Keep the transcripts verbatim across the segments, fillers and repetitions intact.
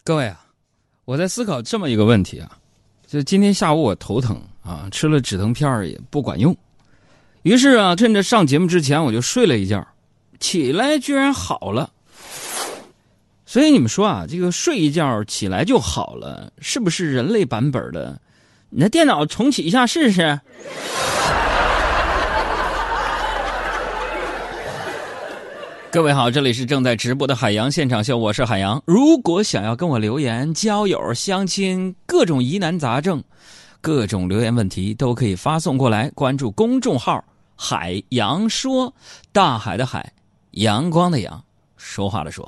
各位啊，我在思考这么一个问题啊，就今天下午我头疼啊，吃了止疼片也不管用，于是啊，趁着上节目之前我就睡了一觉，起来居然好了。所以你们说啊，这个睡一觉起来就好了，是不是人类版本的？你的电脑重启一下试试。各位好，这里是正在直播的海洋现场秀，我是海洋。如果想要跟我留言、交友、相亲，各种疑难杂症，各种留言问题都可以发送过来，关注公众号海洋说，大海的海，阳光的阳，说话的说。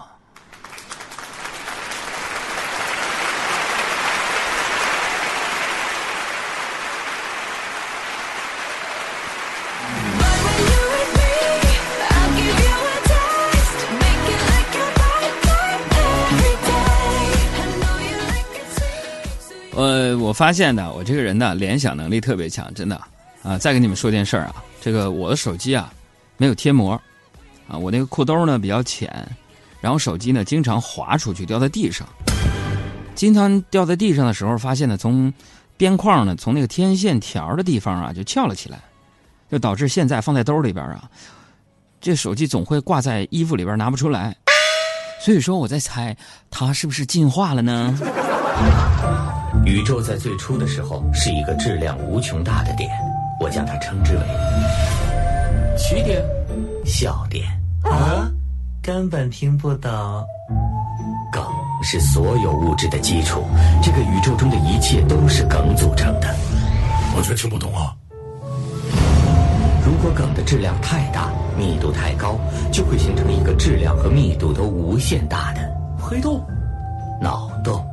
呃，我发现呢，我这个人呢，联想能力特别强，真的啊。再跟你们说件事儿啊，这个我的手机啊没有贴膜啊，我那个裤兜呢比较浅，然后手机呢经常滑出去掉在地上，经常掉在地上的时候，发现呢从边框呢从那个天线条的地方啊就翘了起来，就导致现在放在兜里边啊，这手机总会挂在衣服里边拿不出来。所以说我在猜，它是不是进化了呢？ 宇宙在最初的时候是一个质量无穷大的点，我将它称之为起点、 笑点。啊，根本听不懂。梗是所有物质的基础，这个宇宙中的一切都是梗组成的。 我却听不懂啊。 如果梗的质量太大，密度太高，就会形成一个质量和密度都无限大的黑洞、 脑洞。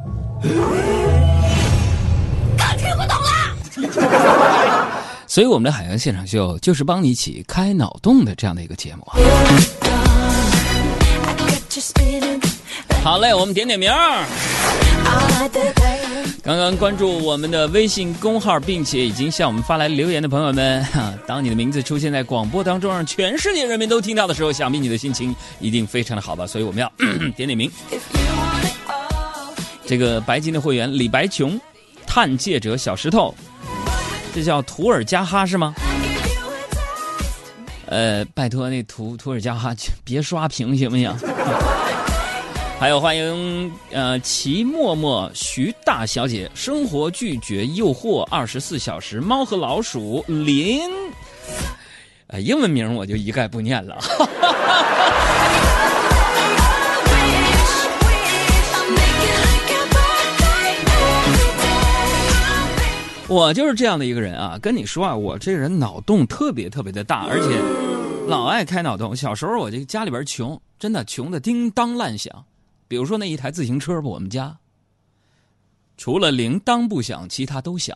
更听不懂了。 所以我们的海洋现场秀就是帮你一起开脑洞的这样的一个节目啊。好嘞，我们点点名。刚刚关注我们的微信公号并且已经向我们发来留言的朋友们，当你的名字出现在广播当中，让全世界人民都听到的时候，想必你的心情一定非常的好吧。所以我们要点点名。这个白金的会员李白琼、探界者小石头，这叫图尔加哈是吗？呃，拜托那图图尔加哈别刷屏行不行？还有欢迎呃齐默默、徐大小姐、生活拒绝诱惑、二十四小时、猫和老鼠、林，呃英文名我就一概不念了。我就是这样的一个人啊，跟你说啊，我这个人脑洞特别特别的大，而且老爱开脑洞。小时候我这家里边穷，真的穷的叮当乱响。比如说那一台自行车吧，我们家除了铃铛不响，其他都响。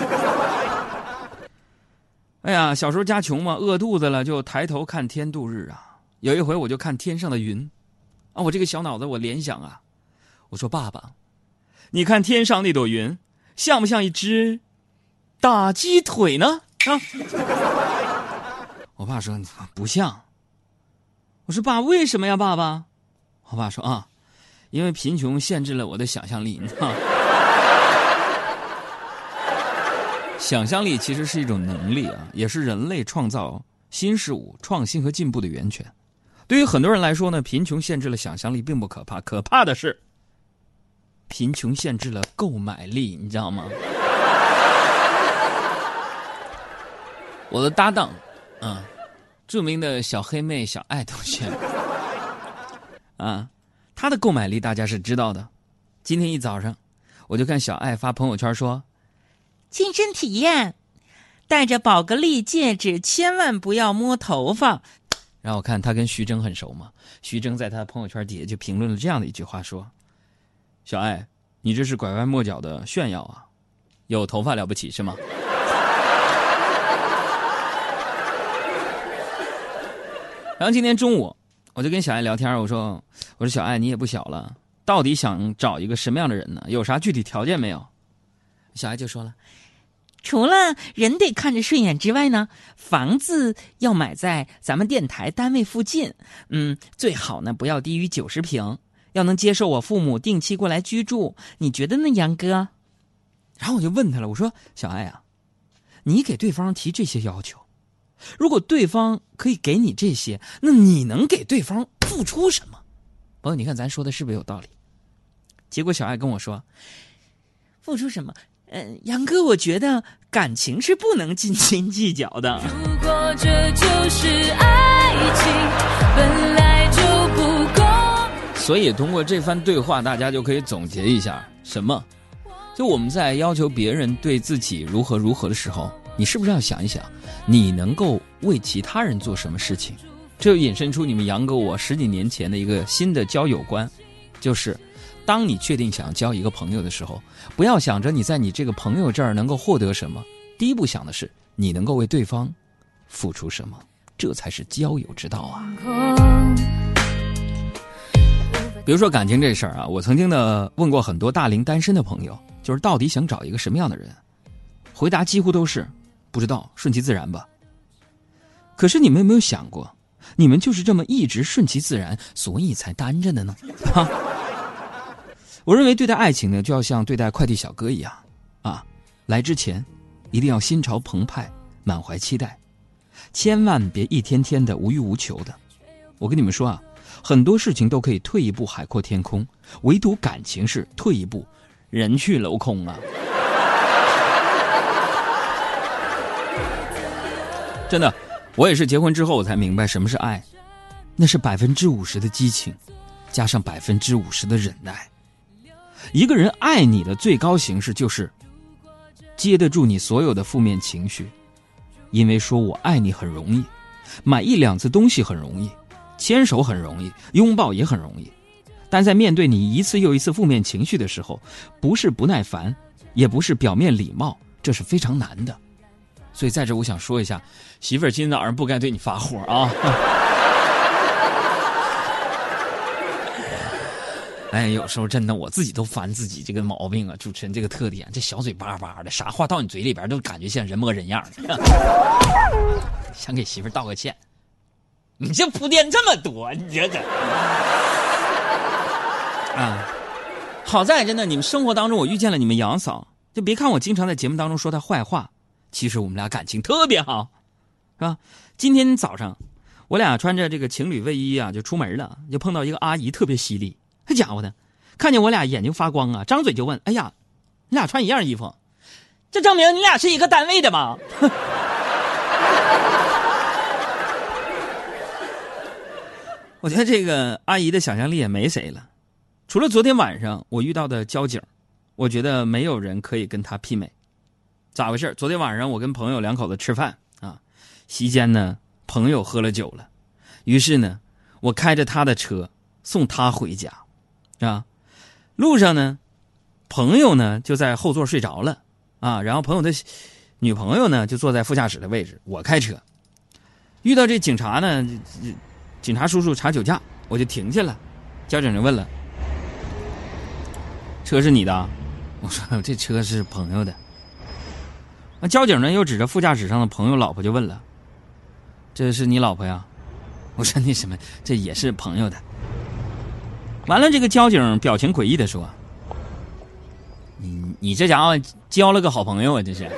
哎呀，小时候家穷嘛，饿肚子了就抬头看天度日啊。有一回我就看天上的云啊，我这个小脑子我联想啊，我说爸爸，你看天上那朵云像不像一只大鸡腿呢？啊！我爸说不像。我说爸，为什么呀，爸爸？我爸说啊，因为贫穷限制了我的想象力。啊、想象力其实是一种能力啊，也是人类创造新事物、创新和进步的源泉。对于很多人来说呢，贫穷限制了想象力并不可怕，可怕的是贫穷限制了购买力，你知道吗？我的搭档，嗯，著名的小黑妹小爱同学，啊，她的购买力大家是知道的。今天一早上，我就看小爱发朋友圈说， 亲身体验，戴着宝格丽戒指，千万不要摸头发。 然后我看她跟徐峥很熟嘛，徐峥在她朋友圈底下就评论了这样的一句话说，小爱，你这是拐弯抹角的炫耀啊，有头发了不起是吗？然后今天中午我就跟小爱聊天，我说我说小爱，你也不小了，到底想找一个什么样的人呢？有啥具体条件没有？小爱就说了， 除了人得看着顺眼之外呢，房子要买在咱们电台单位附近，嗯，最好呢不要低于九十平， 要能接受我父母定期过来居住，你觉得呢，杨哥？ 然后我就问他了，我说小爱啊，你给对方提这些要求，如果对方可以给你这些，那你能给对方付出什么？朋友，你看咱说的是不是有道理？结果小爱跟我说， 付出什么？嗯，杨哥，我觉得感情是不能斤斤计较的。 如果这就是爱情，本来就不公。 所以通过这番对话，大家就可以总结一下什么？就我们在要求别人对自己如何如何的时候，你是不是要想一想，你能够为其他人做什么事情？这就引申出你们杨哥我十几年前的一个新的交友观，就是当你确定想要交一个朋友的时候，不要想着你在你这个朋友这儿能够获得什么，第一步想的是你能够为对方付出什么，这才是交友之道啊。比如说感情这事儿啊，我曾经呢问过很多大龄单身的朋友，就是到底想找一个什么样的人，回答几乎都是不知道，顺其自然吧。可是你们有没有想过，你们就是这么一直顺其自然，所以才单着的呢？哈，我认为对待爱情呢，就要像对待快递小哥一样啊，来之前一定要心潮澎湃，满怀期待，千万别一天天的无欲无求的。我跟你们说啊，很多事情都可以退一步海阔天空，唯独感情是退一步人去楼空啊。真的，我也是结婚之后我才明白什么是爱，那是百分之五十的激情，加上百分之五十的忍耐。一个人爱你的最高形式就是接得住你所有的负面情绪，因为说我爱你很容易，买一两次东西很容易，牵手很容易，拥抱也很容易，但在面对你一次又一次负面情绪的时候，不是不耐烦，也不是表面礼貌，这是非常难的。所以在这我想说一下，媳妇儿今天早上不该对你发火啊。哎，有时候真的我自己都烦自己这个毛病啊，主持人这个特点，这小嘴巴巴的，啥话到你嘴里边都感觉像人模人样的。想给媳妇儿道个歉，你这铺垫这么多，你这这啊，好在真的你们生活当中我遇见了你们杨嫂，就别看我经常在节目当中说她坏话，其实我们俩感情特别好，是吧？今天早上我俩穿着这个情侣卫衣啊就出门了，就碰到一个阿姨特别犀利，这家伙的看见我俩眼睛发光啊，张嘴就问，哎呀，你俩穿一样衣服，这证明你俩是一个单位的吗？我觉得这个阿姨的想象力也没谁了，除了昨天晚上我遇到的交警，我觉得没有人可以跟她媲美。咋回事？昨天晚上我跟朋友两口子吃饭啊，席间呢朋友喝了酒了，于是呢我开着他的车送他回家啊，路上呢朋友呢就在后座睡着了啊，然后朋友的女朋友呢就坐在副驾驶的位置，我开车遇到这警察呢，警察叔叔查酒驾，我就停下了，交警就问了，车是你的？我说这车是朋友的。那交警呢又指着副驾驶上的朋友老婆就问了，这是你老婆呀？我说那什么，这也是朋友的。完了，这个交警表情诡异的说，你你这家伙交了个好朋友啊，这是。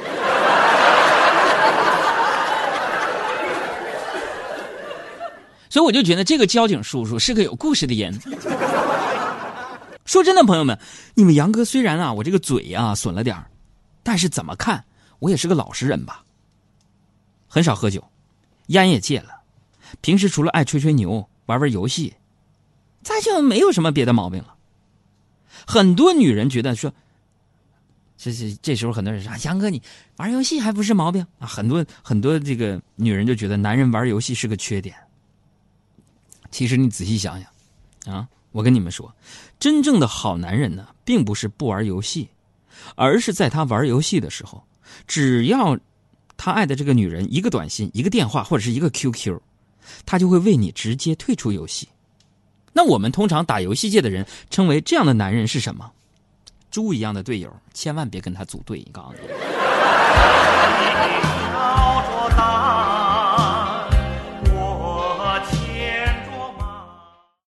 所以我就觉得这个交警叔叔是个有故事的人。说真的，朋友们，你们杨哥虽然啊我这个嘴啊损了点，但是怎么看我也是个老实人吧。很少喝酒，烟也戒了，平时除了爱吹吹牛玩玩游戏，再就没有什么别的毛病了。很多女人觉得说，这这这时候很多人说，杨哥你玩游戏还不是毛病啊？很多很多这个女人就觉得男人玩游戏是个缺点。其实你仔细想想啊，我跟你们说，真正的好男人呢，并不是不玩游戏，而是在他玩游戏的时候，只要他爱的这个女人一个短信、一个电话或者是一个 Q Q， 他就会为你直接退出游戏。那我们通常打游戏界的人称为这样的男人是什么？猪一样的队友，千万别跟他组队，告诉你。